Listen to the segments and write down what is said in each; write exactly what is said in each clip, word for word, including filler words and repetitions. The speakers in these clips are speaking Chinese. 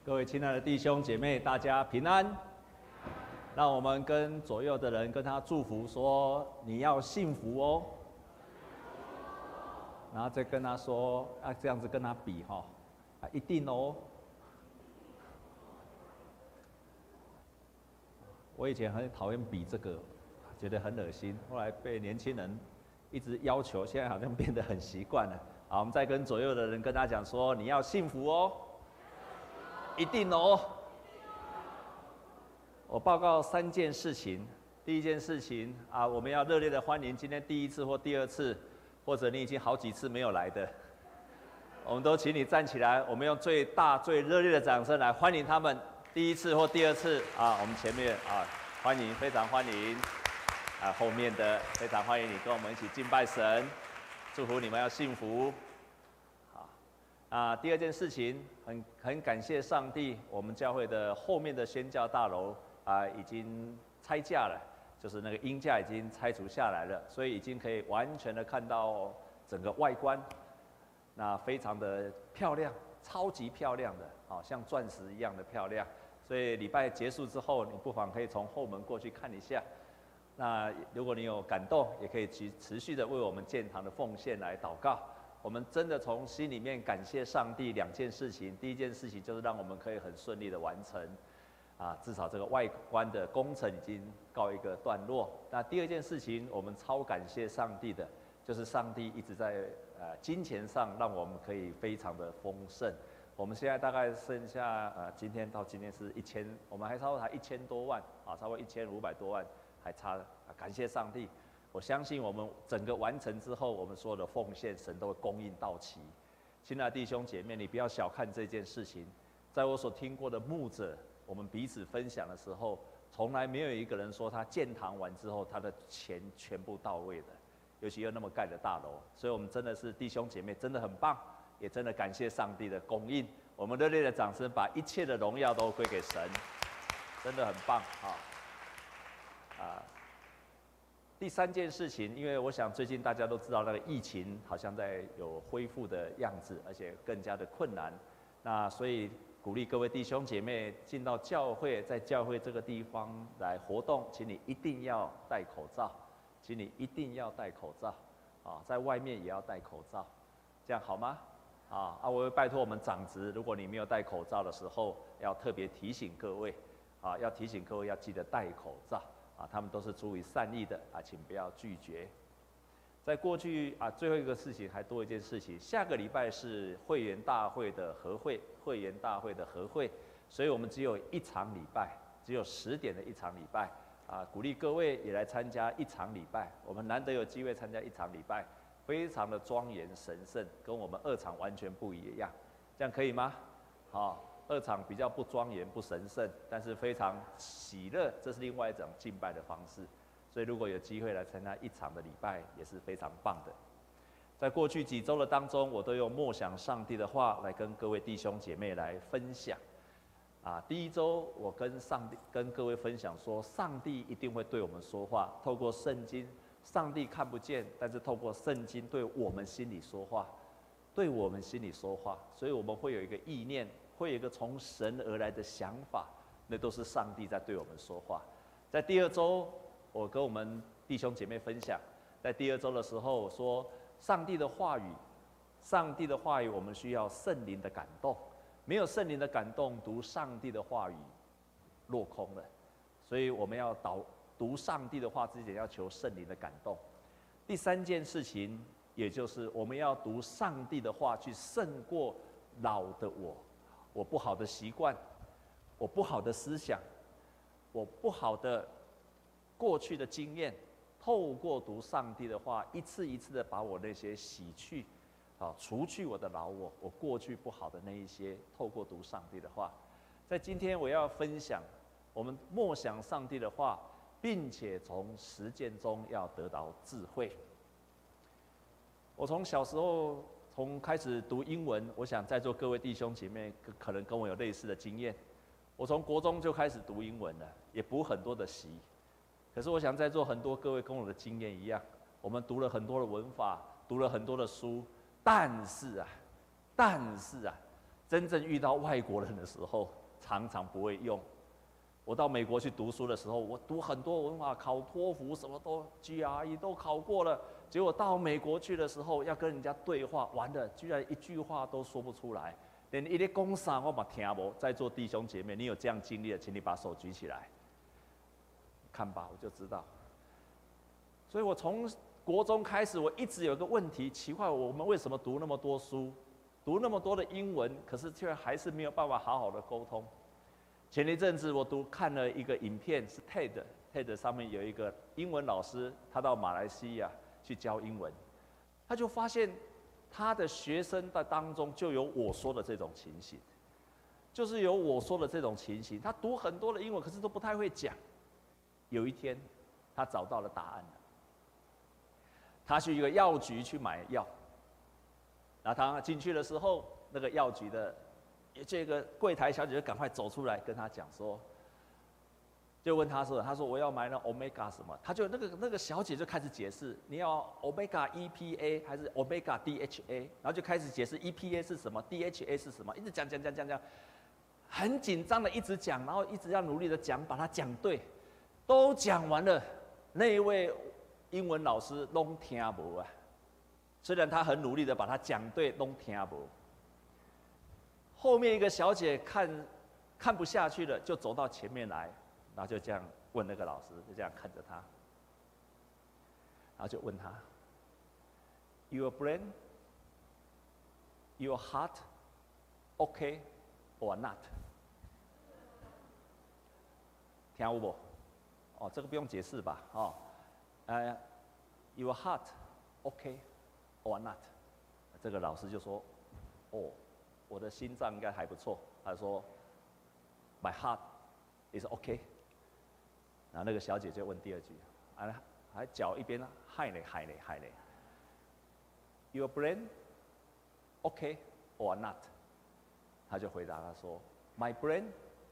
各位亲爱的弟兄姐妹，大家平安。让我们跟左右的人跟他祝福说：“你要幸福哦。”然后再跟他说：“啊，这样子跟他比哈，啊，一定哦。”我以前很讨厌比这个，觉得很恶心。后来被年轻人一直要求，现在好像变得很习惯了。好，我们再跟左右的人跟他讲说：“你要幸福哦。”一定哦！我报告三件事情。第一件事情啊，我们要热烈的欢迎今天第一次或第二次，或者你已经好几次没有来的，我们都请你站起来，我们用最大、最热烈的掌声来欢迎他们。第一次或第二次啊，我们前面啊，欢迎，非常欢迎啊，后面的非常欢迎你跟我们一起敬拜神，祝福你们要幸福。啊，第二件事情，很很感谢上帝，我们教会的后面的宣教大楼啊，已经拆架了，就是那个鹰架已经拆除下来了，所以已经可以完全的看到整个外观，那非常的漂亮，超级漂亮的，好像钻石一样的漂亮。所以礼拜结束之后，你不妨可以从后门过去看一下。那如果你有感动，也可以持持续的为我们建堂的奉献来祷告。我们真的从心里面感谢上帝两件事情。第一件事情就是让我们可以很顺利的完成，啊，至少这个外观的工程已经告一个段落。那第二件事情，我们超感谢上帝的，就是上帝一直在呃金钱上让我们可以非常的丰盛。我们现在大概剩下呃今天到今天是一千，我们还差不多还一千多万啊，差不多一千五百多万，还差、啊、感谢上帝。我相信我们整个完成之后，我们所有的奉献，神都会供应到齐。亲爱的弟兄姐妹，你不要小看这件事情。在我所听过的牧者，我们彼此分享的时候，从来没有一个人说他建堂完之后，他的钱全部到位的。尤其又那么盖的大楼，所以我们真的是弟兄姐妹，真的很棒，也真的感谢上帝的供应。我们热烈的掌声，把一切的荣耀都归给神，真的很棒啊！啊。第三件事情，因为我想最近大家都知道那个疫情好像在有恢复的样子，而且更加的困难。那所以鼓励各位弟兄姐妹进到教会，在教会这个地方来活动，请你一定要戴口罩，请你一定要戴口罩啊，在外面也要戴口罩，这样好吗？啊啊！我会拜托我们长职，如果你没有戴口罩的时候，要特别提醒各位啊，要提醒各位要记得戴口罩。啊，他们都是出于善意的啊，请不要拒绝。在过去啊，最后一个事情还多一件事情，下个礼拜是会员大会的合会，会员大会的合会，所以我们只有一场礼拜，只有十点的一场礼拜啊，鼓励各位也来参加一场礼拜。我们难得有机会参加一场礼拜，非常的庄严神圣，跟我们二场完全不一样，这样可以吗？好。二场比较不庄严、不神圣，但是非常喜乐，这是另外一种敬拜的方式。所以如果有机会来参加一场的礼拜，也是非常棒的。在过去几周的当中，我都用默想上帝的话来跟各位弟兄姐妹来分享。啊，第一周我跟上帝、跟各位分享说，上帝一定会对我们说话，透过圣经，上帝看不见，但是透过圣经对我们心里说话，对我们心里说话，所以我们会有一个意念。会有一个从神而来的想法，那都是上帝在对我们说话。在第二周，我跟我们弟兄姐妹分享，在第二周的时候，我说上帝的话语，上帝的话语，我们需要圣灵的感动。没有圣灵的感动，读上帝的话语落空了。所以我们要导读上帝的话之前，要求圣灵的感动。第三件事情，也就是我们要读上帝的话，去胜过老的我。我不好的习惯，我不好的思想，我不好的过去的经验，透过读上帝的话，一次一次的把我那些洗去，啊，除去我的老我，我过去不好的那一些，透过读上帝的话，在今天我要分享，我们默想上帝的话，并且从实践中要得到智慧。我从小时候。从开始读英文，我想在座各位弟兄姐妹可能跟我有类似的经验。我从国中就开始读英文了，也补很多的习。可是我想在座很多各位跟我的经验一样，我们读了很多的文法，读了很多的书，但是啊，但是啊， 真正遇到外国人的时候，常常不会用。我到美国去读书的时候，我读很多文法，考托福什么都 G R E 都考过了，结果到美国去的时候，要跟人家对话，完了居然一句话都说不出来，连一个讲啥我嘛听不。在座弟兄姐妹，你有这样经历的，请你把手举起来，看吧，我就知道。所以我从国中开始，我一直有个问题，奇怪，我们为什么读那么多书，读那么多的英文，可是却还是没有办法好好的沟通。前一阵子我读看了一个影片，是 TED，TED 上面有一个英文老师，他到马来西亚去教英文，他就发现他的学生的当中就有我说的这种情形，就是有我说的这种情形。他读很多的英文，可是都不太会讲。有一天，他找到了答案了。他去一个药局去买药，然后他进去的时候，那个药局的这个柜台小姐就赶快走出来跟他讲说，就问他说，他说我要买那 omega 什么，他就那个那个小姐就开始解释，你要 omega E P A 还是 omega D H A， 然后就开始解释 E P A 是什么 ，D H A 是什么，一直讲讲讲讲讲，很紧张的一直讲，然后一直要努力的讲，把它讲对，都讲完了，那一位英文老师都听不啊，虽然他很努力的把它讲对，都听不。后面一个小姐看看不下去了，就走到前面来，然后就这样问那个老师，就这样看着他，然后就问他 ：“Your brain, your heart, OK or not？” 听有无？哦，这个不用解释吧？哦，呃 ，Your heart, OK or not？ 这个老师就说：“哦。”我的心脏应该还不错，他说 ，My heart is OK。然后那个小姐就问第二句，啊，还脚一边嗨嘞嗨嘞嗨嘞 ，Your brain OK or not？ 他就回答他说 ，My brain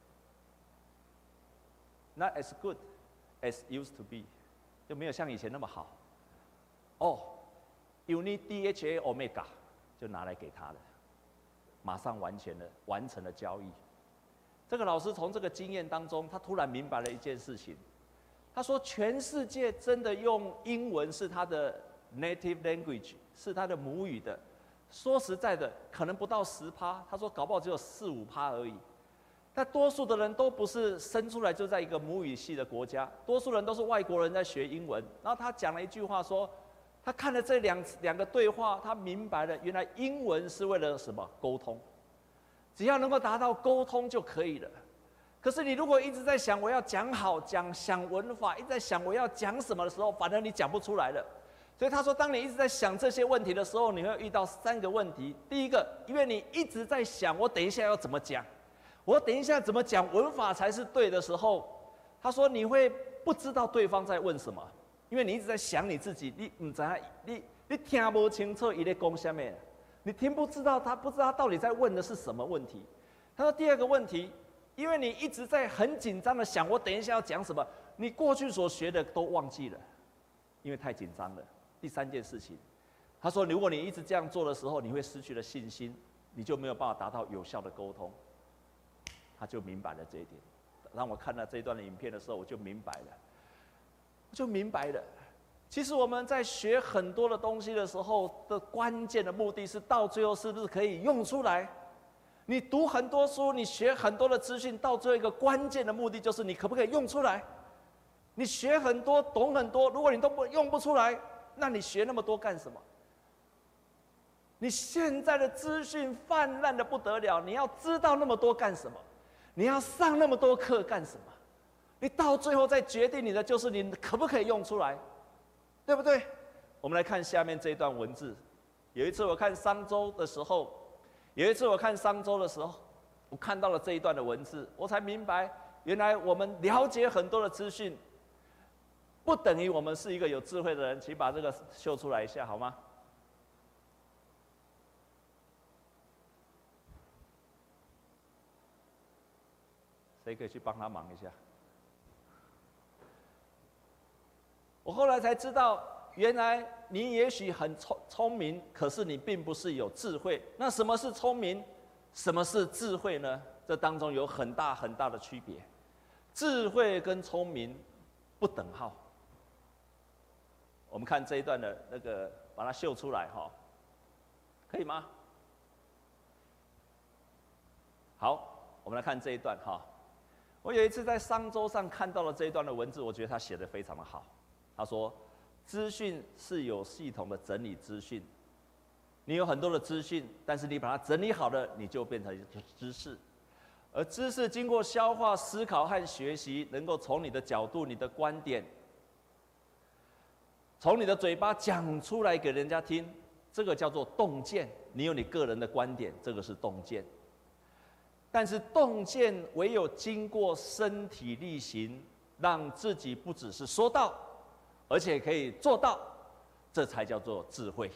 not as good as used to be， 就没有像以前那么好。哦 ，You need D H A omega， 就拿来给他了。马上完全了，完成了交易。这个老师从这个经验当中，他突然明白了一件事情。他说，全世界真的用英文是他的 native language， 是他的母语的。说实在的，可能不到十趴。他说，搞不好只有四五趴而已。但多数的人都不是生出来就在一个母语系的国家，多数人都是外国人在学英文。然后他讲了一句话说。他看了这两两个对话，他明白了，原来英文是为了什么？沟通，只要能够达到沟通就可以了。可是你如果一直在想我要讲好，讲想文法，一直在想我要讲什么的时候，反而你讲不出来了。所以他说，当你一直在想这些问题的时候，你会遇到三个问题。第一个，因为你一直在想我等一下要怎么讲，我等一下怎么讲文法才是对的时候，他说你会不知道对方在问什么。因为你一直在想你自己，你唔知道，你你听不清楚伊在讲什么，你听不知道他不知道他到底在问的是什么问题。他说第二个问题，因为你一直在很紧张的想我等一下要讲什么，你过去所学的都忘记了，因为太紧张了。第三件事情，他说如果你一直这样做的时候，你会失去了信心，你就没有办法达到有效的沟通。他就明白了这一点。当我看到这一段的影片的时候，我就明白了。就明白了，其实我们在学很多的东西的时候的关键的目的是，到最后是不是可以用出来？你读很多书，你学很多的资讯，到最后一个关键的目的就是你可不可以用出来？你学很多，懂很多，如果你都不用不出来，那你学那么多干什么？你现在的资讯泛滥的不得了，你要知道那么多干什么？你要上那么多课干什么？你到最后再决定你的就是你可不可以用出来，对不对？我们来看下面这一段文字。有一次我看商周的时候，有一次我看商周的时候，我看到了这一段的文字，我才明白，原来我们了解很多的资讯，不等于我们是一个有智慧的人。请把这个秀出来一下好吗？谁可以去帮他忙一下？我后来才知道，原来你也许很聪聪明，可是你并不是有智慧。那什么是聪明？ 什么是智慧呢？这当中有很大很大的区别。智慧跟聪明不等号。我们看这一段的那个，把它秀出来哈，可以吗？好，我们来看这一段哈。我有一次在商周上看到了这一段的文字，我觉得他写得非常的好。他说，资讯是有系统的整理资讯，你有很多的资讯，但是你把它整理好了，你就变成知识。而知识经过消化、思考和学习，能够从你的角度、你的观点，从你的嘴巴讲出来给人家听，这个叫做洞见。你有你个人的观点，这个是洞见。但是洞见唯有经过身体力行，让自己不只是说到，而且可以做到，这才叫做智慧。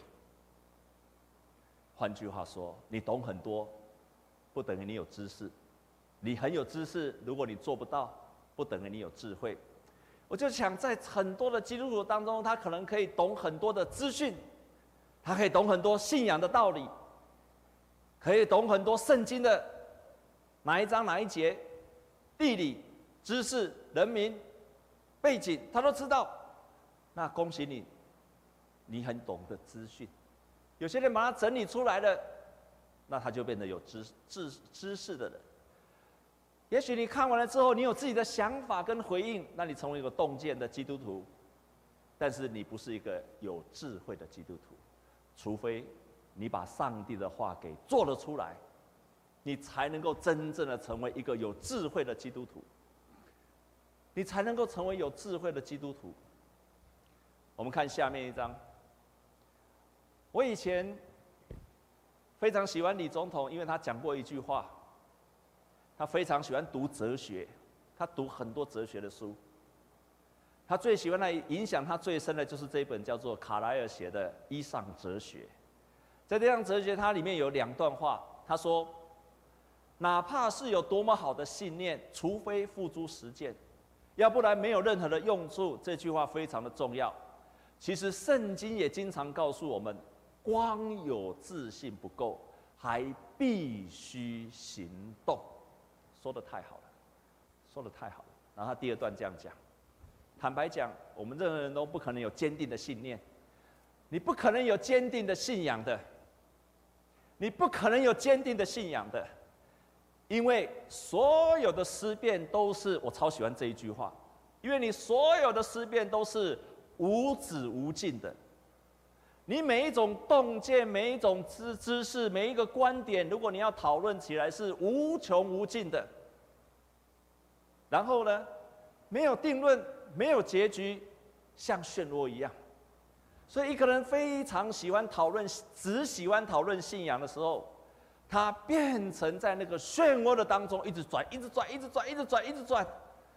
换句话说，你懂很多，不等于你有知识；你很有知识，如果你做不到，不等于你有智慧。我就想，在很多的基督徒当中，他可能可以懂很多的资讯，他可以懂很多信仰的道理，可以懂很多圣经的哪一章哪一节，地理、知识、人民、背景，他都知道。那恭喜你，你很懂得资讯。有些人把它整理出来了，那他就变得有知知知识的人。也许你看完了之后，你有自己的想法跟回应，那你成为一个洞见的基督徒，但是你不是一个有智慧的基督徒，除非你把上帝的话给做了出来，你才能够真正的成为一个有智慧的基督徒，你才能够成为有智慧的基督徒。我们看下面一章。我以前非常喜欢李总统，因为他讲过一句话，他非常喜欢读哲学，他读很多哲学的书。他最喜欢的、影响他最深的就是这一本叫做卡莱尔写的《衣裳哲学》。在这样哲学，它里面有两段话，他说：“哪怕是有多么好的信念，除非付诸实践，要不然没有任何的用处。”这句话非常的重要。其实圣经也经常告诉我们，光有自信不够，还必须行动。说得太好了，说得太好了。然后他第二段这样讲：坦白讲，我们任何人都不可能有坚定的信念，你不可能有坚定的信仰的，你不可能有坚定的信仰的，因为所有的思辨都是，我超喜欢这一句话，因为你所有的思辨都是无止无尽的。你每一种洞见，每一种知知识，每一个观点，如果你要讨论起来是无穷无尽的。然后呢，没有定论，没有结局，像漩涡一样。所以一个人非常喜欢讨论，只喜欢讨论信仰的时候，他变成在那个漩涡的当中一直转，一直转，一直转，一直转，一直转，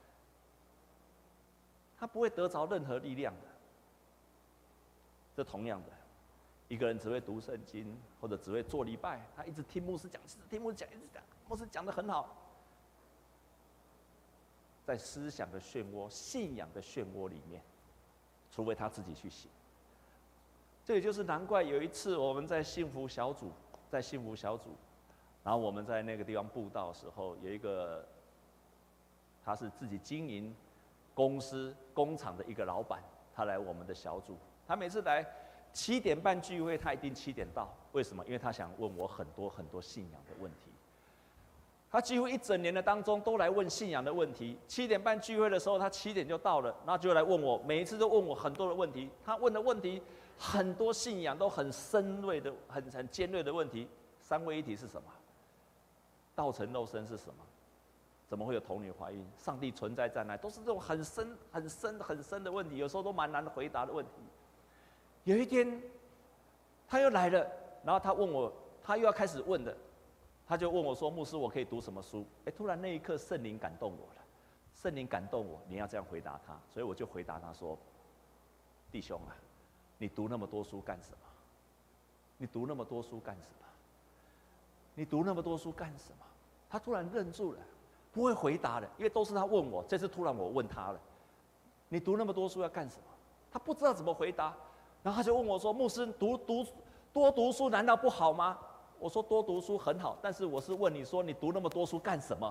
他不会得着任何力量的。这同样的，一个人只会读圣经，或者只会做礼拜，他一直听牧师讲，一直听牧师讲，一直讲，牧师讲得很好，在思想的漩涡、信仰的漩涡里面，除非他自己去行。这也就是难怪有一次我们在幸福小组，在幸福小组，然后我们在那个地方布道的时候，有一个他是自己经营公司工厂的一个老板，他来我们的小组。他每次来七点半聚会，他一定七点到。为什么？因为他想问我很多很多信仰的问题。他几乎一整年的当中都来问信仰的问题。七点半聚会的时候，他七点就到了，然后就来问我，每一次都问我很多的问题。他问的问题很多，信仰都很深锐的、很很尖锐的问题。三位一体是什么？道成肉身是什么？怎么会有童女怀孕？上帝存在在哪？都是这种很深、很深、很深的问题，有时候都蛮难回答的问题。有一天，他又来了，然后他问我，他又要开始问的，他就问我说：“牧师，我可以读什么书？”哎，突然那一刻，圣灵感动我了，圣灵感动我，你要这样回答他，所以我就回答他说：“弟兄啊，你读那么多书干什么？你读那么多书干什么？你读那么多书干什么？”他突然愣住了，不会回答了，因为都是他问我，这次突然我问他了：“你读那么多书要干什么？”他不知道怎么回答。然后他就问我说：“牧师，读读多读书难道不好吗？” 我说多读书很好，但是我是问你说，你读那么多书干什么？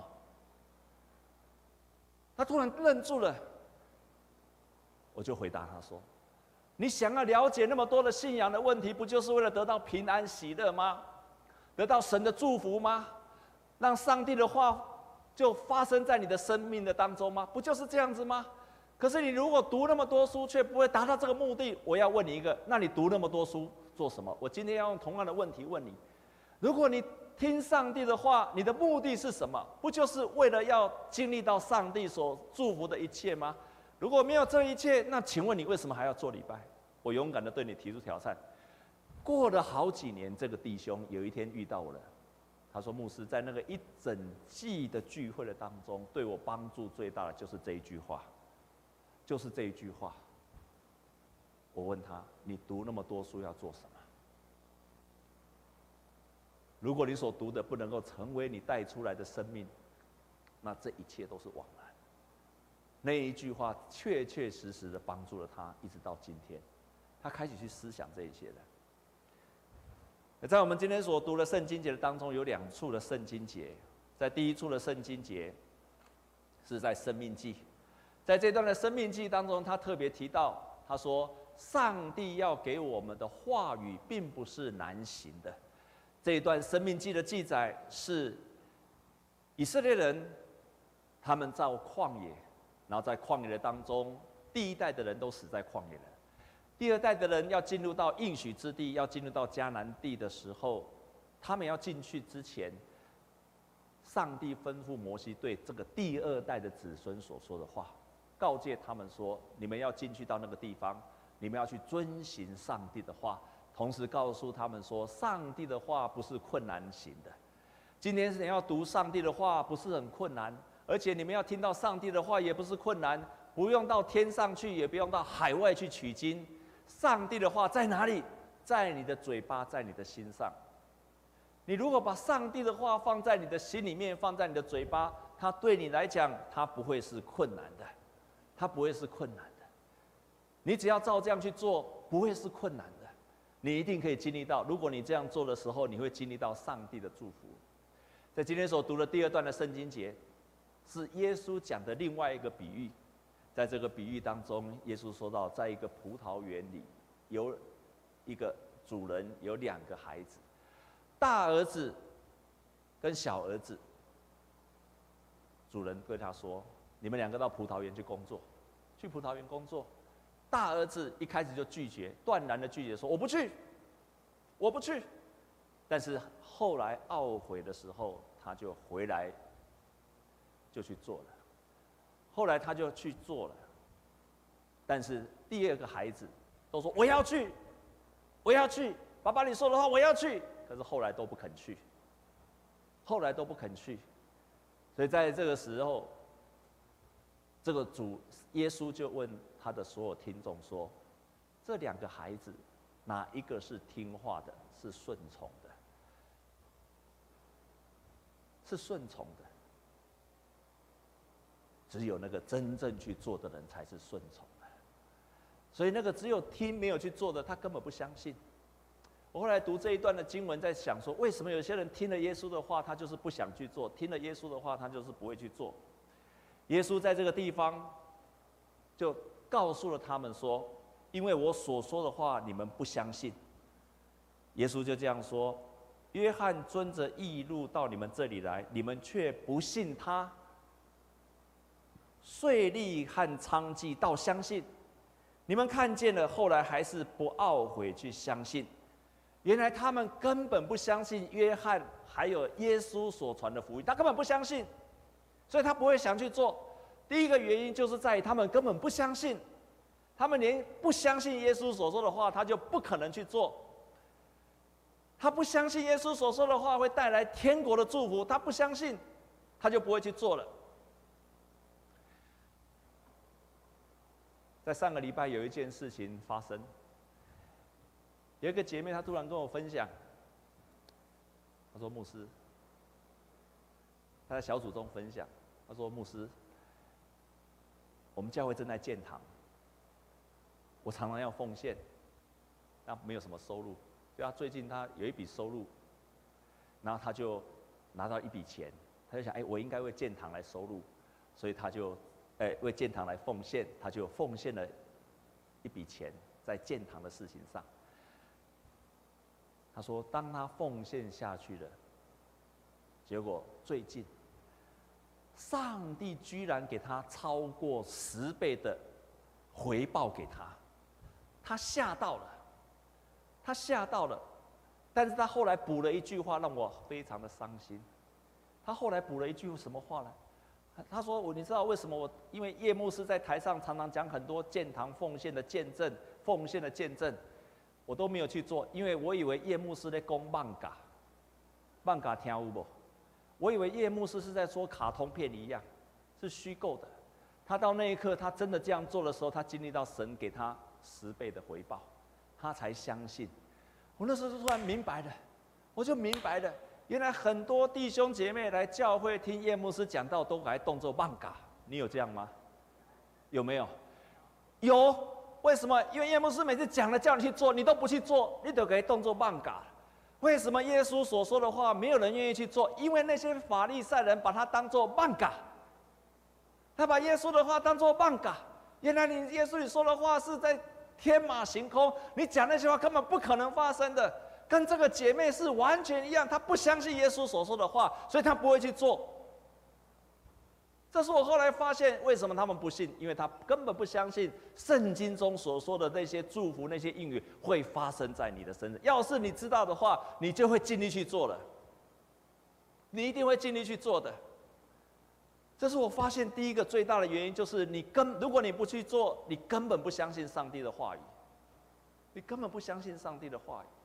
他突然愣住了，我就回答他说：“你想要了解那么多的信仰的问题，不就是为了得到平安喜乐吗？得到神的祝福吗？让上帝的话就发生在你的生命的当中吗？不就是这样子吗？可是你如果读那么多书，却不会达到这个目的，我要问你一个：那你读那么多书做什么？我今天要用同样的问题问你：如果你听上帝的话，你的目的是什么？不就是为了要经历到上帝所祝福的一切吗？如果没有这一切，那请问你为什么还要做礼拜？”我勇敢的对你提出挑战。过了好几年，这个弟兄有一天遇到我了，他说：“牧师，在那个一整季的聚会的当中，对我帮助最大的就是这一句话，就是这一句话。”我问他：“你读那么多书要做什么？如果你所读的不能够成为你带出来的生命，那这一切都是枉然。”那一句话确确实实的帮助了他，一直到今天，他开始去思想这一些的。在我们今天所读的圣经节的当中，有两处的圣经节。在第一处的圣经节，是在生命记，在这段的生命记当中，他特别提到，他说：“上帝要给我们的话语，并不是难行的。”这一段生命记的记载是以色列人，他们在旷野，然后在旷野的当中，第一代的人都死在旷野了。第二代的人要进入到应许之地，要进入到迦南地的时候，他们要进去之前，上帝吩咐摩西对这个第二代的子孙所说的话，告诫他们说：你们要进去到那个地方，你们要去遵行上帝的话，同时告诉他们说，上帝的话不是困难行的。今天你要读上帝的话，不是很困难，而且你们要听到上帝的话，也不是困难，不用到天上去，也不用到海外去取经。上帝的话在哪里？在你的嘴巴，在你的心上。你如果把上帝的话放在你的心里面，放在你的嘴巴，它对你来讲，它不会是困难的，它不会是困难的。你只要照这样去做，不会是困难的。你一定可以经历到，如果你这样做的时候，你会经历到上帝的祝福。在今天所读的第二段的圣经节，是耶稣讲的另外一个比喻。在这个比喻当中，耶稣说到，在一个葡萄园里，有一个主人有两个孩子，大儿子跟小儿子。主人对他说：“你们两个到葡萄园去工作，去葡萄园工作。”大儿子一开始就拒绝，断然的拒绝说：“我不去，我不去。”但是后来懊悔的时候，他就回来，就去做了。后来他就去做了，但是第二个孩子都说：“我要去，我要去，爸爸你说的话我要去。”可是后来都不肯去，后来都不肯去。所以在这个时候，这个主耶稣就问他的所有听众说：“这两个孩子，哪一个是听话的，是顺从的？是顺从的。只有那个真正去做的人才是顺从的。所以那个只有听没有去做的，他根本不相信。”我后来读这一段的经文，在想说，为什么有些人听了耶稣的话，他就是不想去做；听了耶稣的话，他就是不会去做。耶稣在这个地方就告诉了他们说：“因为我所说的话，你们不相信。”耶稣就这样说：“约翰遵着义路到你们这里来，你们却不信他；税吏和娼妓倒相信，你们看见了，后来还是不懊悔去相信。”原来他们根本不相信约翰还有耶稣所传的福音，他根本不相信，所以他不会想去做。第一个原因就是在于他们根本不相信，他们连不相信耶稣所说的话，他就不可能去做。他不相信耶稣所说的话会带来天国的祝福，他不相信，他就不会去做了。在上个礼拜有一件事情发生。有一个姐妹，她突然跟我分享，她说：“牧师，她在小组中分享，她说：牧师，我们教会正在建堂，我常常要奉献，但没有什么收入。所以她最近她有一笔收入， 然后他就拿到一笔钱，他就想，哎，我应该为建堂来收入，所以他就，哎，为建堂来奉献，他就奉献了一笔钱在建堂的事情上。他说，当他奉献下去了，结果最近，上帝居然给他超过十倍的回报给他，他吓到了，他吓到了。但是他后来补了一句话，让我非常的伤心。他后来补了一句什么话呢？他说：“我你知道为什么我？因为叶牧师在台上常常讲很多建堂奉献的见证，奉献的见证，我都没有去做，因为我以为叶牧师在讲漫嘎，漫嘎听有不？我以为叶牧师是在说卡通片一样，是虚构的。他到那一刻，他真的这样做的时候，他经历到神给他十倍的回报，他才相信。我那时候就突然明白了，我就明白了。”原来很多弟兄姐妹来教会听叶牧师讲道，都来动作漫嘎。你有这样吗？有没有？有。为什么？因为叶牧师每次讲了叫你去做，你都不去做，你都给动作漫嘎。为什么耶稣所说的话没有人愿意去做？因为那些法利赛人把他当作漫嘎，他把耶稣的话当作漫嘎。原来你耶稣你说的话是在天马行空，你讲那些话根本不可能发生的。跟这个姐妹是完全一样，她不相信耶稣所说的话，所以她不会去做。这是我后来发现，为什么他们不信？因为他根本不相信圣经中所说的那些祝福、那些应许会发生在你的身上。要是你知道的话，你就会尽力去做了。你一定会尽力去做的。这是我发现第一个最大的原因，就是你根如果你不去做，你根本不相信上帝的话语，你根本不相信上帝的话语。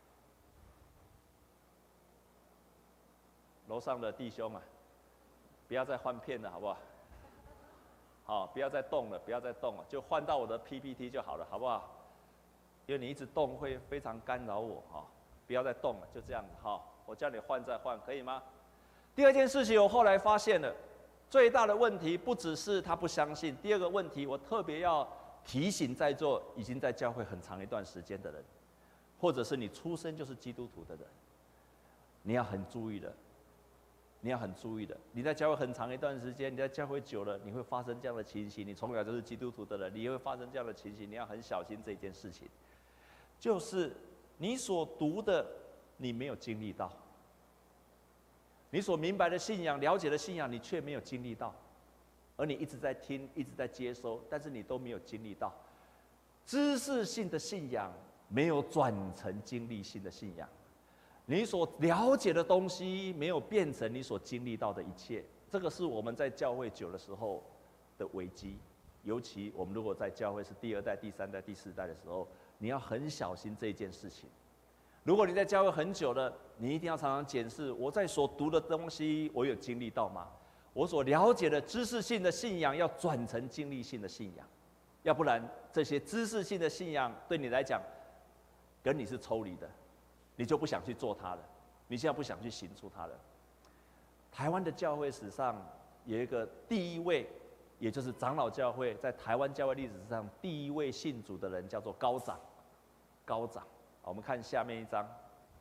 楼上的弟兄啊，不要再换片了，好不好？好，不要再动了，不要再动了，就换到我的 P P T 就好了，好不好？因为你一直动会非常干扰我哈，不要再动了，就这样子哈。我叫你换再换，可以吗？第二件事情，我后来发现了，最大的问题不只是他不相信，第二个问题，我特别要提醒在座已经在教会很长一段时间的人，或者是你出生就是基督徒的人，你要很注意的。你要很注意的，你在教会很长一段时间，你在教会久了，你会发生这样的情形。你从小就是基督徒的人，你也会发生这样的情形。你要很小心这件事情，就是你所读的，你没有经历到；你所明白的信仰、了解的信仰，你却没有经历到，而你一直在听，一直在接收，但是你都没有经历到。知识性的信仰没有转成经历性的信仰。你所了解的东西没有变成你所经历到的一切，这个是我们在教会久的时候的危机。尤其我们如果在教会是第二代、第三代、第四代的时候，你要很小心这件事情。如果你在教会很久了，你一定要常常检视我在所读的东西，我有经历到吗？我所了解的知识性的信仰要转成经历性的信仰，要不然这些知识性的信仰对你来讲，跟你是抽离的。你就不想去做它了，你现在不想去行出它了。台湾的教会史上有一个第一位，也就是长老教会在台湾教会历史上第一位信主的人，叫做高长。高长，我们看下面一张，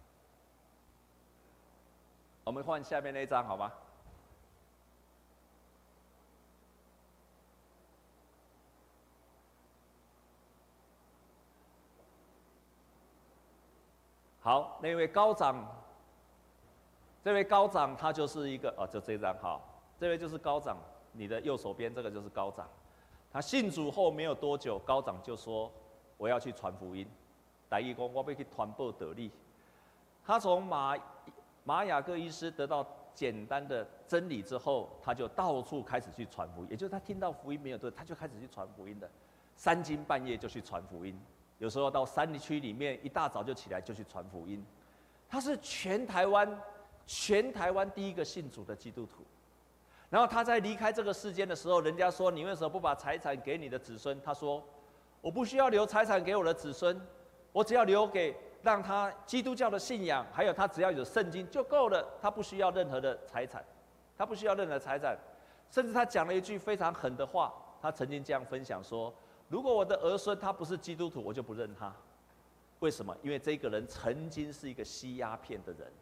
我们换下面那一张好吗？好，那位高长，这位高长他就是一个哦，就这张哈，这位就是高长，你的右手边这个就是高长。他信主后没有多久，高长就说我要去传福音，台语说我要去传播道理。他从马马雅各医师得到简单的真理之后，他就到处开始去传福音，也就是他听到福音没有对，他就开始去传福音的，三更半夜就去传福音。有时候到山区里面，一大早就起来就去传福音。他是全台湾全台湾第一个信主的基督徒。然后他在离开这个世间的时候，人家说你为什么不把财产给你的子孙？他说我不需要留财产给我的子孙，我只要留给让他基督教的信仰，还有他只要有圣经就够了，他不需要任何的财产，他不需要任何的财产。甚至他讲了一句非常狠的话，他曾经这样分享说，如果我的儿孙他不是基督徒，我就不认他。为什么？因为这个人曾经是一个吸鸦片的人，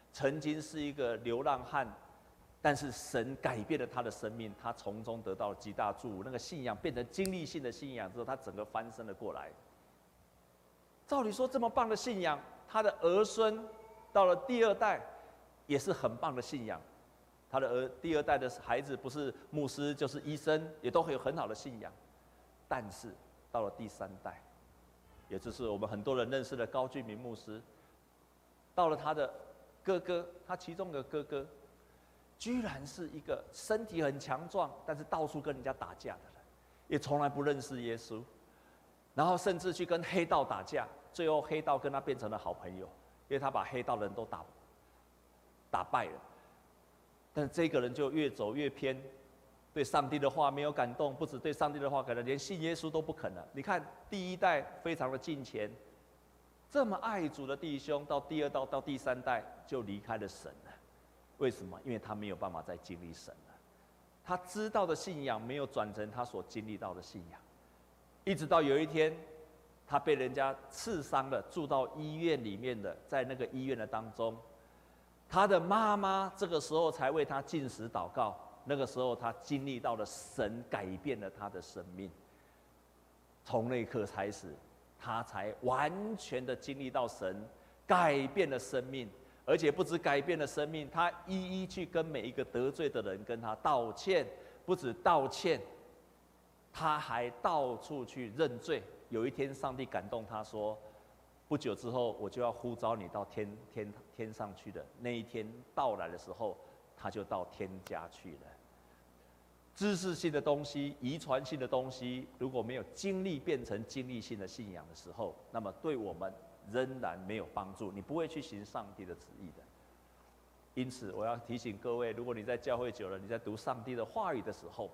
曾经是一个流浪汉，但是神改变了他的生命，他从中得到极大祝福。那个信仰变成经历性的信仰之后，他整个翻身了过来。照理说，这么棒的信仰，他的儿孙到了第二代也是很棒的信仰。他的儿第二代的孩子不是牧师就是医生，也都会有很好的信仰。但是到了第三代，也就是我们很多人认识的高俊明牧师，到了他的哥哥，他其中的哥哥，居然是一个身体很强壮，但是到处跟人家打架的人，也从来不认识耶稣，然后甚至去跟黑道打架，最后黑道跟他变成了好朋友，因为他把黑道的人都打打败了。但是这个人就越走越偏，对上帝的话没有感动，不止对上帝的话，可能连信耶稣都不肯了。你看第一代非常的敬虔，这么爱主的弟兄，到第二代到第三代就离开了神了。为什么？因为他没有办法再经历神了，他知道的信仰没有转成他所经历到的信仰，一直到有一天，他被人家刺伤了，住到医院里面的，在那个医院的当中。他的妈妈这个时候才为他禁食祷告，那个时候他经历到了神改变了他的生命。从那一刻开始，他才完全的经历到神改变了生命，而且不止改变了生命，他一一去跟每一个得罪的人跟他道歉，不止道歉，他还到处去认罪。有一天，上帝感动他说，不久之后，我就要呼召你到天天天上去的。那一天到来的时候，他就到天家去了。知识性的东西、遗传性的东西，如果没有经历变成经历性的信仰的时候，那么对我们仍然没有帮助。你不会去行上帝的旨意的。因此，我要提醒各位，如果你在教会久了，你在读上帝的话语的时候，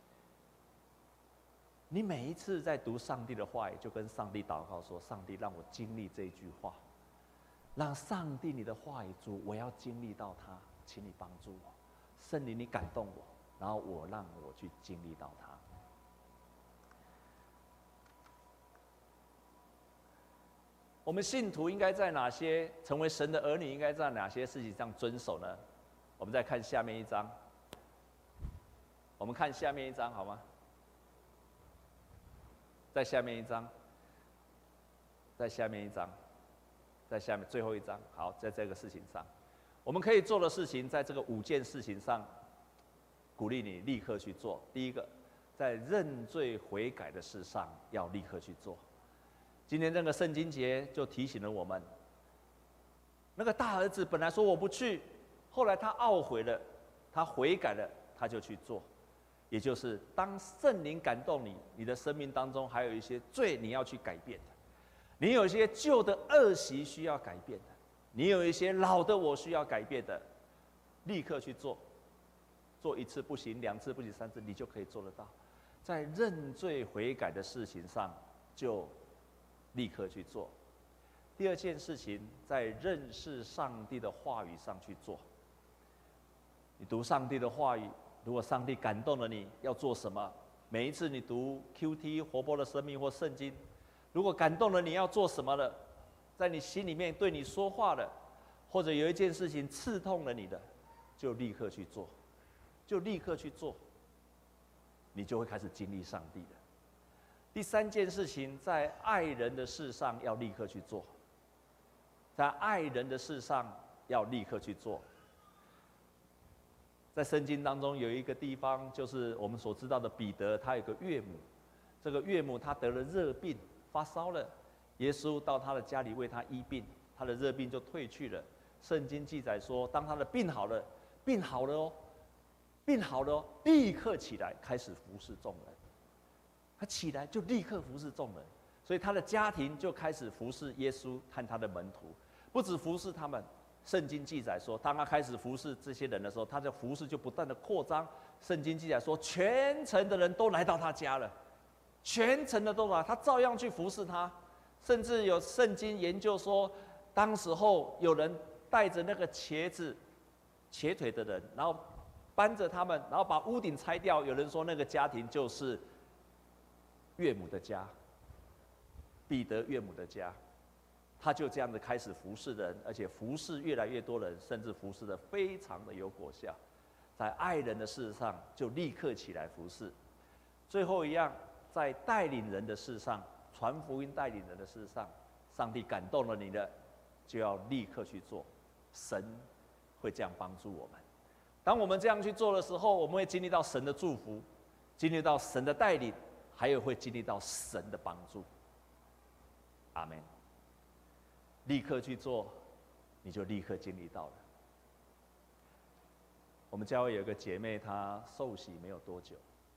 你每一次在读上帝的话语，就跟上帝祷告说：“上帝，让我经历这句话，让上帝你的话语主，我要经历到它，请你帮助我，圣灵你感动我，然后我让我去经历到它。”我们信徒应该在哪些成为神的儿女？应该在哪些事情上遵守呢？我们再看下面一章。我们看下面一章好吗？在下面一章，在下面一章，在下面最后一章。好，在这个事情上，我们可以做的事情，在这个五件事情上，鼓励你立刻去做。第一个，在认罪悔改的事上要立刻去做。今天这个圣经节就提醒了我们，那个大儿子本来说我不去，后来他懊悔了，他悔改了，他就去做。也就是当圣灵感动你，你的生命当中还有一些罪你要去改变的，你有一些旧的恶习需要改变的，你有一些老的我需要改变的，立刻去做。做一次不行，两次不行，三次你就可以做得到。在认罪悔改的事情上，就立刻去做。第二件事情，在认识上帝的话语上去做。你读上帝的话语。如果上帝感动了你，要做什么？每一次你读 Q T 活泼的生命或圣经，如果感动了你要做什么了，在你心里面对你说话了，或者有一件事情刺痛了你的，就立刻去做，就立刻去做，你就会开始经历上帝的。第三件事情，在爱人的事上要立刻去做，在爱人的事上要立刻去做。在圣经当中有一个地方，就是我们所知道的彼得，他有个岳母，这个岳母她得了热病，发烧了，耶稣到他的家里为他医病，他的热病就退去了。圣经记载说，当他的病好了，病好了哦，病好了哦，立刻起来开始服侍众人。他起来就立刻服侍众人，所以他的家庭就开始服侍耶稣和他的门徒，不止服侍他们。圣经记载说，当他开始服侍这些人的时候，他的服侍就不断的扩张。圣经记载说，全城的人都来到他家了，全城的都来，他照样去服侍他。甚至有圣经研究说，当时候有人带着那个瘸子、瘸腿的人，然后搬着他们，然后把屋顶拆掉。有人说那个家庭就是岳母的家，彼得岳母的家。 他就这样子开始服侍人，而且服侍越来越多人，甚至服侍的非常的有果效。在爱人的事上，就立刻起来服侍。最后一样，在带领人的事上，传福音带领人的事上，上帝感动了你的，就要立刻去做。神会这样帮助我们。当我们这样去做的时候，我们会经历到神的祝福，经历到神的带领，还有会经历到神的帮助。阿们。立刻去做，你就立刻经历到了。我们教会有一个姐妹，她受洗没有多久，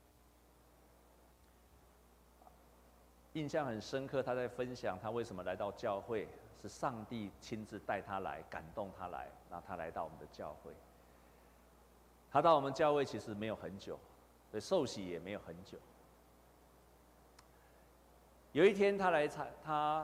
印象很深刻。她在分享她为什么来到教会，是上帝亲自带她来，感动她来，然后她来到我们的教会。她到我们教会其实没有很久，所以受洗也没有很久。有一天她来参，她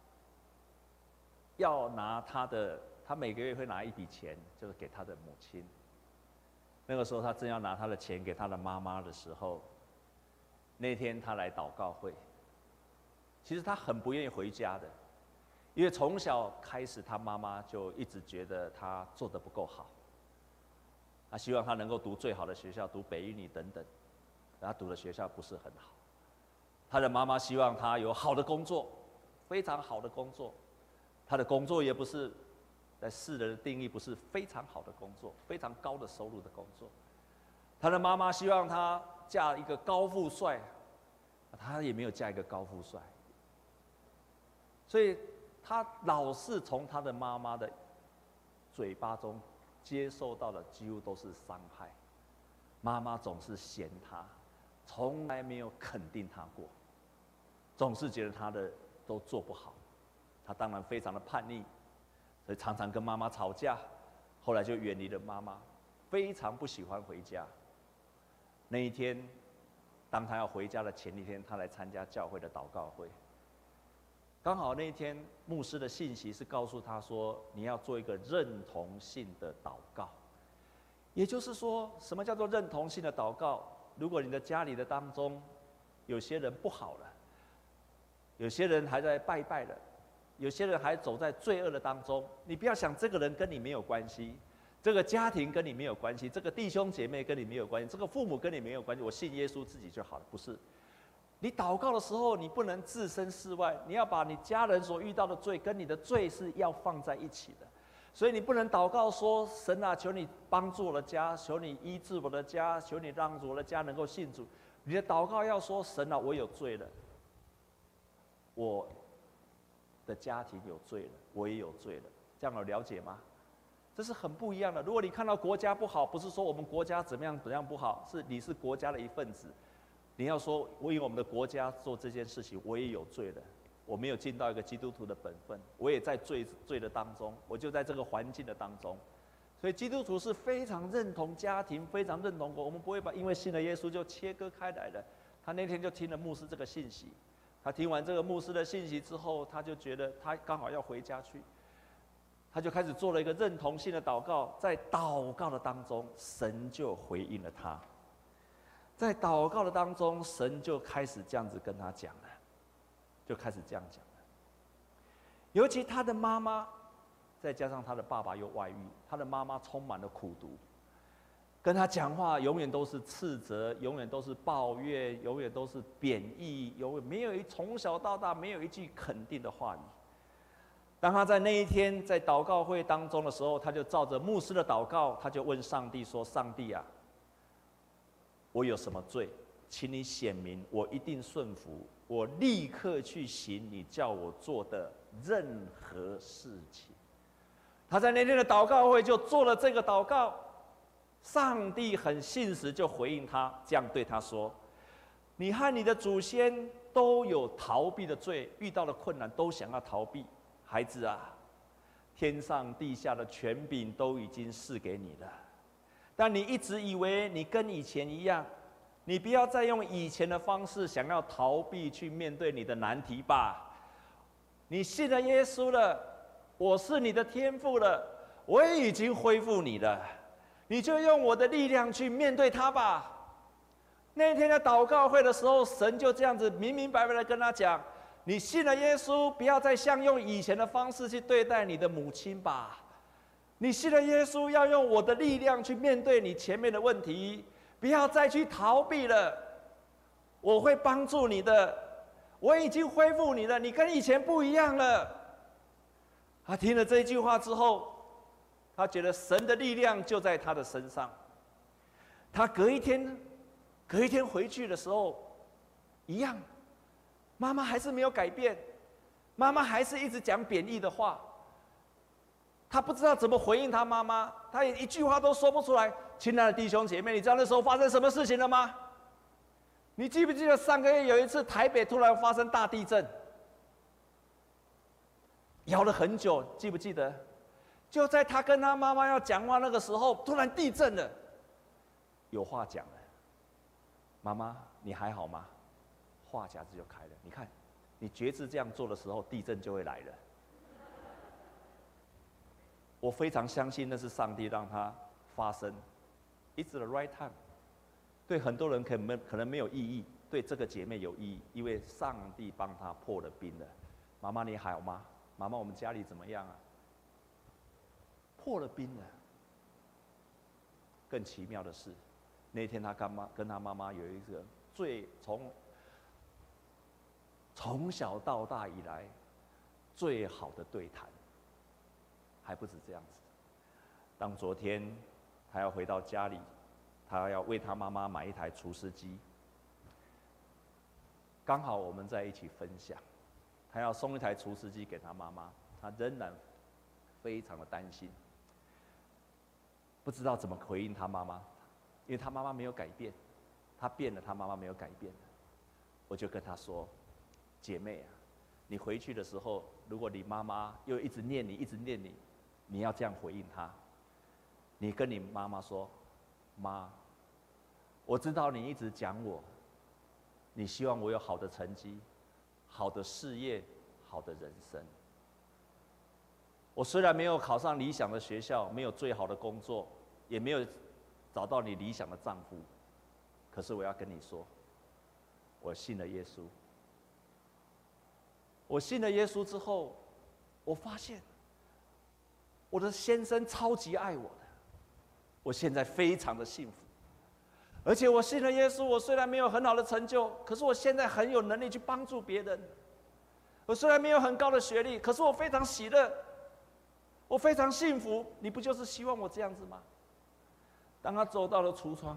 要拿她的，她每个月会拿一笔钱，就是给她的母亲。那个时候，她正要拿她的钱给她的妈妈的时候，那天她来祷告会。其实她很不愿意回家的，因为从小开始，她妈妈就一直觉得她做得不够好。她希望她能够读最好的学校，读北一女等等，她读的学校不是很好。她的妈妈希望她有好的工作，非常好的工作。她的工作也不是在世人的定义，不是非常好的工作，非常高的收入的工作。她的妈妈希望她嫁一个高富帅，她也没有嫁一个高富帅，所以她老是从她的妈妈的嘴巴中接受到的几乎都是伤害。妈妈总是嫌她，从来没有肯定她过，总是觉得她的都做不好。她当然非常的叛逆，所以常常跟妈妈吵架，后来就远离了妈妈，非常不喜欢回家。那一天，当她要回家的前一天，她来参加教会的祷告会。刚好那一天，牧师的信息是告诉她说，你要做一个认同性的祷告。也就是说，什么叫做认同性的祷告？如果你的家里的当中，有些人不好了，有些人还在拜拜了，有些人还走在罪恶的当中，你不要想这个人跟你没有关系，这个家庭跟你没有关系，这个弟兄姐妹跟你没有关系，这个父母跟你没有关系，我信耶稣自己就好了。不是，你祷告的时候，你不能置身事外，你要把你家人所遇到的罪跟你的罪是要放在一起的。所以你不能祷告说：“神啊，求你帮助我的家，求你医治我的家，求你让我的家能够信主。”你的祷告要说：“神啊，我有罪了，我的家庭有罪了，我也有罪了。”这样有了解吗？这是很不一样的。如果你看到国家不好，不是说我们国家怎么样怎么样不好，是你是国家的一份子，你要说：“我为我们的国家做这件事情，我也有罪了。”我没有尽到一个基督徒的本分，我也在罪罪的当中，我就在这个环境的当中，所以基督徒是非常认同家庭，非常认同国。我们不会把因为信了耶稣就切割开来的。他那天就听了牧师这个信息，他听完这个牧师的信息之后，他就觉得他刚好要回家去，他就开始做了一个认同性的祷告。在祷告的当中，神就回应了他。在祷告的当中，神就开始这样子跟他讲了。就开始这样讲了。尤其他的妈妈，再加上他的爸爸又外遇，他的妈妈充满了苦毒，跟他讲话永远都是斥责，永远都是抱怨，永远都是贬义，永远没有一从小到大没有一句肯定的话语。当他在那一天在祷告会当中的时候，他就照着牧师的祷告，他就问上帝说：“上帝啊，我有什么罪？请你显明，我一定顺服。我立刻去行你叫我做的任何事情。”他在那天的祷告会就做了这个祷告，上帝很信实就回应他，这样对他说：“你和你的祖先都有逃避的罪，遇到了困难都想要逃避。孩子啊，天上地下的权柄都已经赐给你了，但你一直以为你跟以前一样。你不要再用以前的方式想要逃避去面对你的难题吧。你信了耶稣了，我是你的天父了，我也已经恢复你了，你就用我的力量去面对他吧。那天在祷告会的时候，神就这样子明明白白的跟他讲： 你信了耶稣，不要再像用以前的方式去对待你的母亲吧。你信了耶稣，要用我的力量去面对你前面的问题，不要再去逃避了。我会帮助你的，我已经恢复你了，你跟以前不一样了。他听了这一句话之后，他觉得神的力量就在他的身上。他隔一天，隔一天回去的时候，一样，妈妈还是没有改变，妈妈还是一直讲贬义的话。他不知道怎么回应他妈妈，他也一句话都说不出来。亲爱的弟兄姐妹，你知道那时候发生什么事情了吗？你记不记得上个月有一次台北突然发生大地震，摇了很久，记不记得？就在他跟他妈妈要讲话那个时候，突然地震了，有话讲了。妈妈，你还好吗？话匣子就开了。你看，你觉知这样做的时候，地震就会来了。我非常相信那是上帝让它发生 ，It's the right time。对很多人可能可能没有意义，对这个姐妹有意义，因为上帝帮她破了冰了。妈妈你好吗？妈妈我们家里怎么样啊？破了冰了。更奇妙的是，那天她干妈跟她妈妈有一个最从从小到大以来最好的对谈。还不止这样子，当昨天他要回到家里，他要为他妈妈买一台除湿机，刚好我们在一起分享，他要送一台除湿机给他妈妈，他仍然非常的担心，不知道怎么回应他妈妈，因为他妈妈没有改变，他变了，他妈妈没有改变。我就跟他说，姐妹啊，你回去的时候，如果你妈妈又一直念你，一直念你。你要这样回应他，你跟你妈妈说：“妈，我知道你一直讲我，你希望我有好的成绩、好的事业、好的人生。我虽然没有考上理想的学校，没有最好的工作，也没有找到你理想的丈夫，可是我要跟你说，我信了耶稣。我信了耶稣之后，我发现。”我的先生超级爱我的，我现在非常的幸福，而且我信了耶稣。我虽然没有很好的成就，可是我现在很有能力去帮助别人。我虽然没有很高的学历，可是我非常喜乐，我非常幸福。你不就是希望我这样子吗？当他走到了橱窗，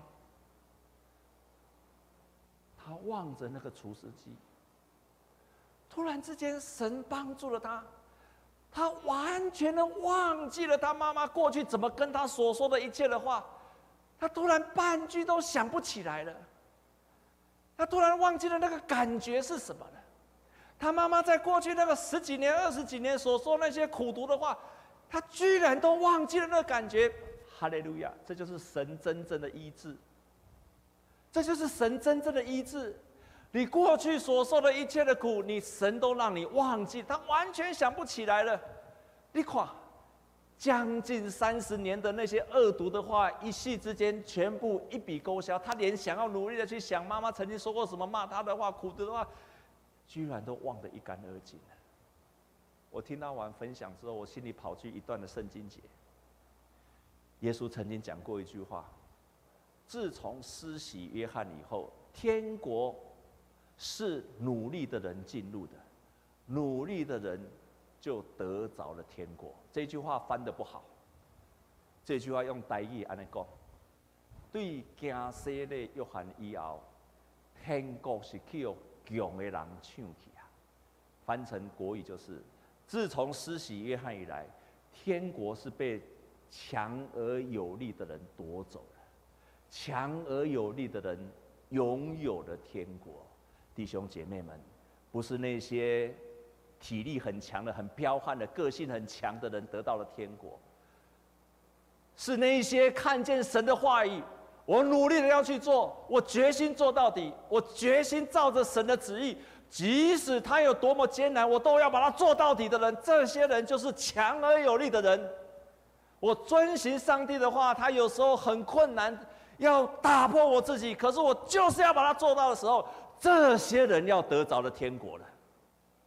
他望着那个除湿机，突然之间，神帮助了他。他完全的忘记了他妈妈过去怎么跟他所说的一切的话，他突然半句都想不起来了。他突然忘记了那个感觉是什么了。他妈妈在过去那个十几年、二十几年所说那些苦毒的话，他居然都忘记了那个感觉。哈利路亚！这就是神真正的医治，这就是神真正的医治。你过去所受的一切的苦，你神都让你忘记，他完全想不起来了。你看，将近三十年的那些恶毒的话，一夕之间全部一笔勾销。他连想要努力的去想妈妈曾经说过什么骂他的话、苦毒的话，居然都忘得一干二净了。我听他完分享之后，我心里跑去一段的圣经节。耶稣曾经讲过一句话：自从施洗约翰以后，天国是努力的人进入的，努力的人就得着了天国。这句话翻得不好，这句话用台语安尼讲：对惊死的约翰以后，天国是去由强的人抢去啊。翻成国语就是：自从施洗约翰以来，天国是被强而有力的人夺走了，强而有力的人拥有了天国。弟兄姐妹们，不是那些体力很强的、很彪悍的、个性很强的人得到了天国，是那些看见神的话语，我努力的要去做，我决心做到底，我决心照着神的旨意，即使他有多么艰难，我都要把它做到底的人，这些人就是强而有力的人。我遵行上帝的话，他有时候很困难，要打破我自己，可是我就是要把它做到的时候，这些人要得着了天国了。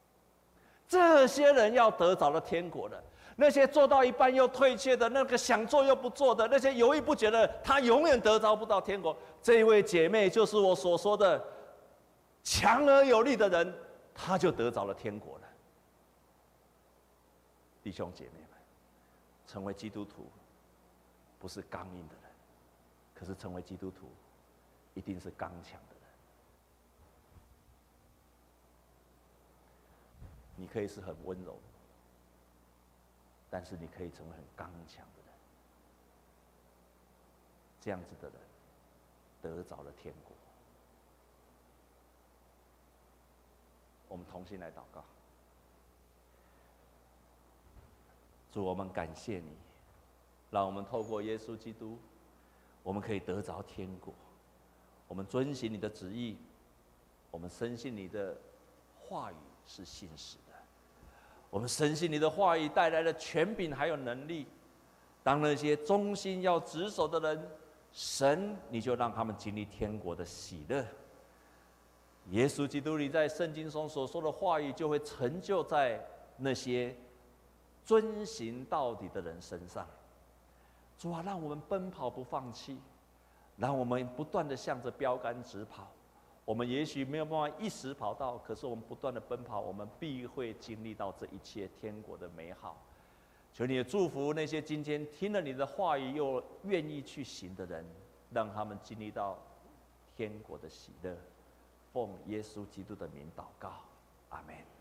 这些人要得着了天国的。那些做到一半又退却的，那个想做又不做的，那些犹豫不决的，他永远得着不到天国。这位姐妹就是我所说的强而有力的人，他就得着了天国了。弟兄姐妹们，成为基督徒不是刚硬的人，可是成为基督徒一定是刚强的人。你可以是很温柔，但是你可以成为很刚强的人。这样子的人得着了天国。我们同心来祷告。主，我们感谢你，让我们透过耶稣基督，我们可以得着天国。我们遵行你的旨意，我们深信你的话语是信实的。我们深信你的话语带来了权柄还有能力。当那些忠心要执守的人，神你就让他们经历天国的喜乐。耶稣基督你在圣经中所说的话语，就会成就在那些遵行到底的人身上。主啊，让我们奔跑不放弃，让我们不断的向着标杆直跑。我们也许没有办法一时跑到，可是我们不断的奔跑，我们必会经历到这一切天国的美好。求你也祝福那些今天听了你的话语又愿意去行的人，让他们经历到天国的喜乐。奉耶稣基督的名祷告，阿们。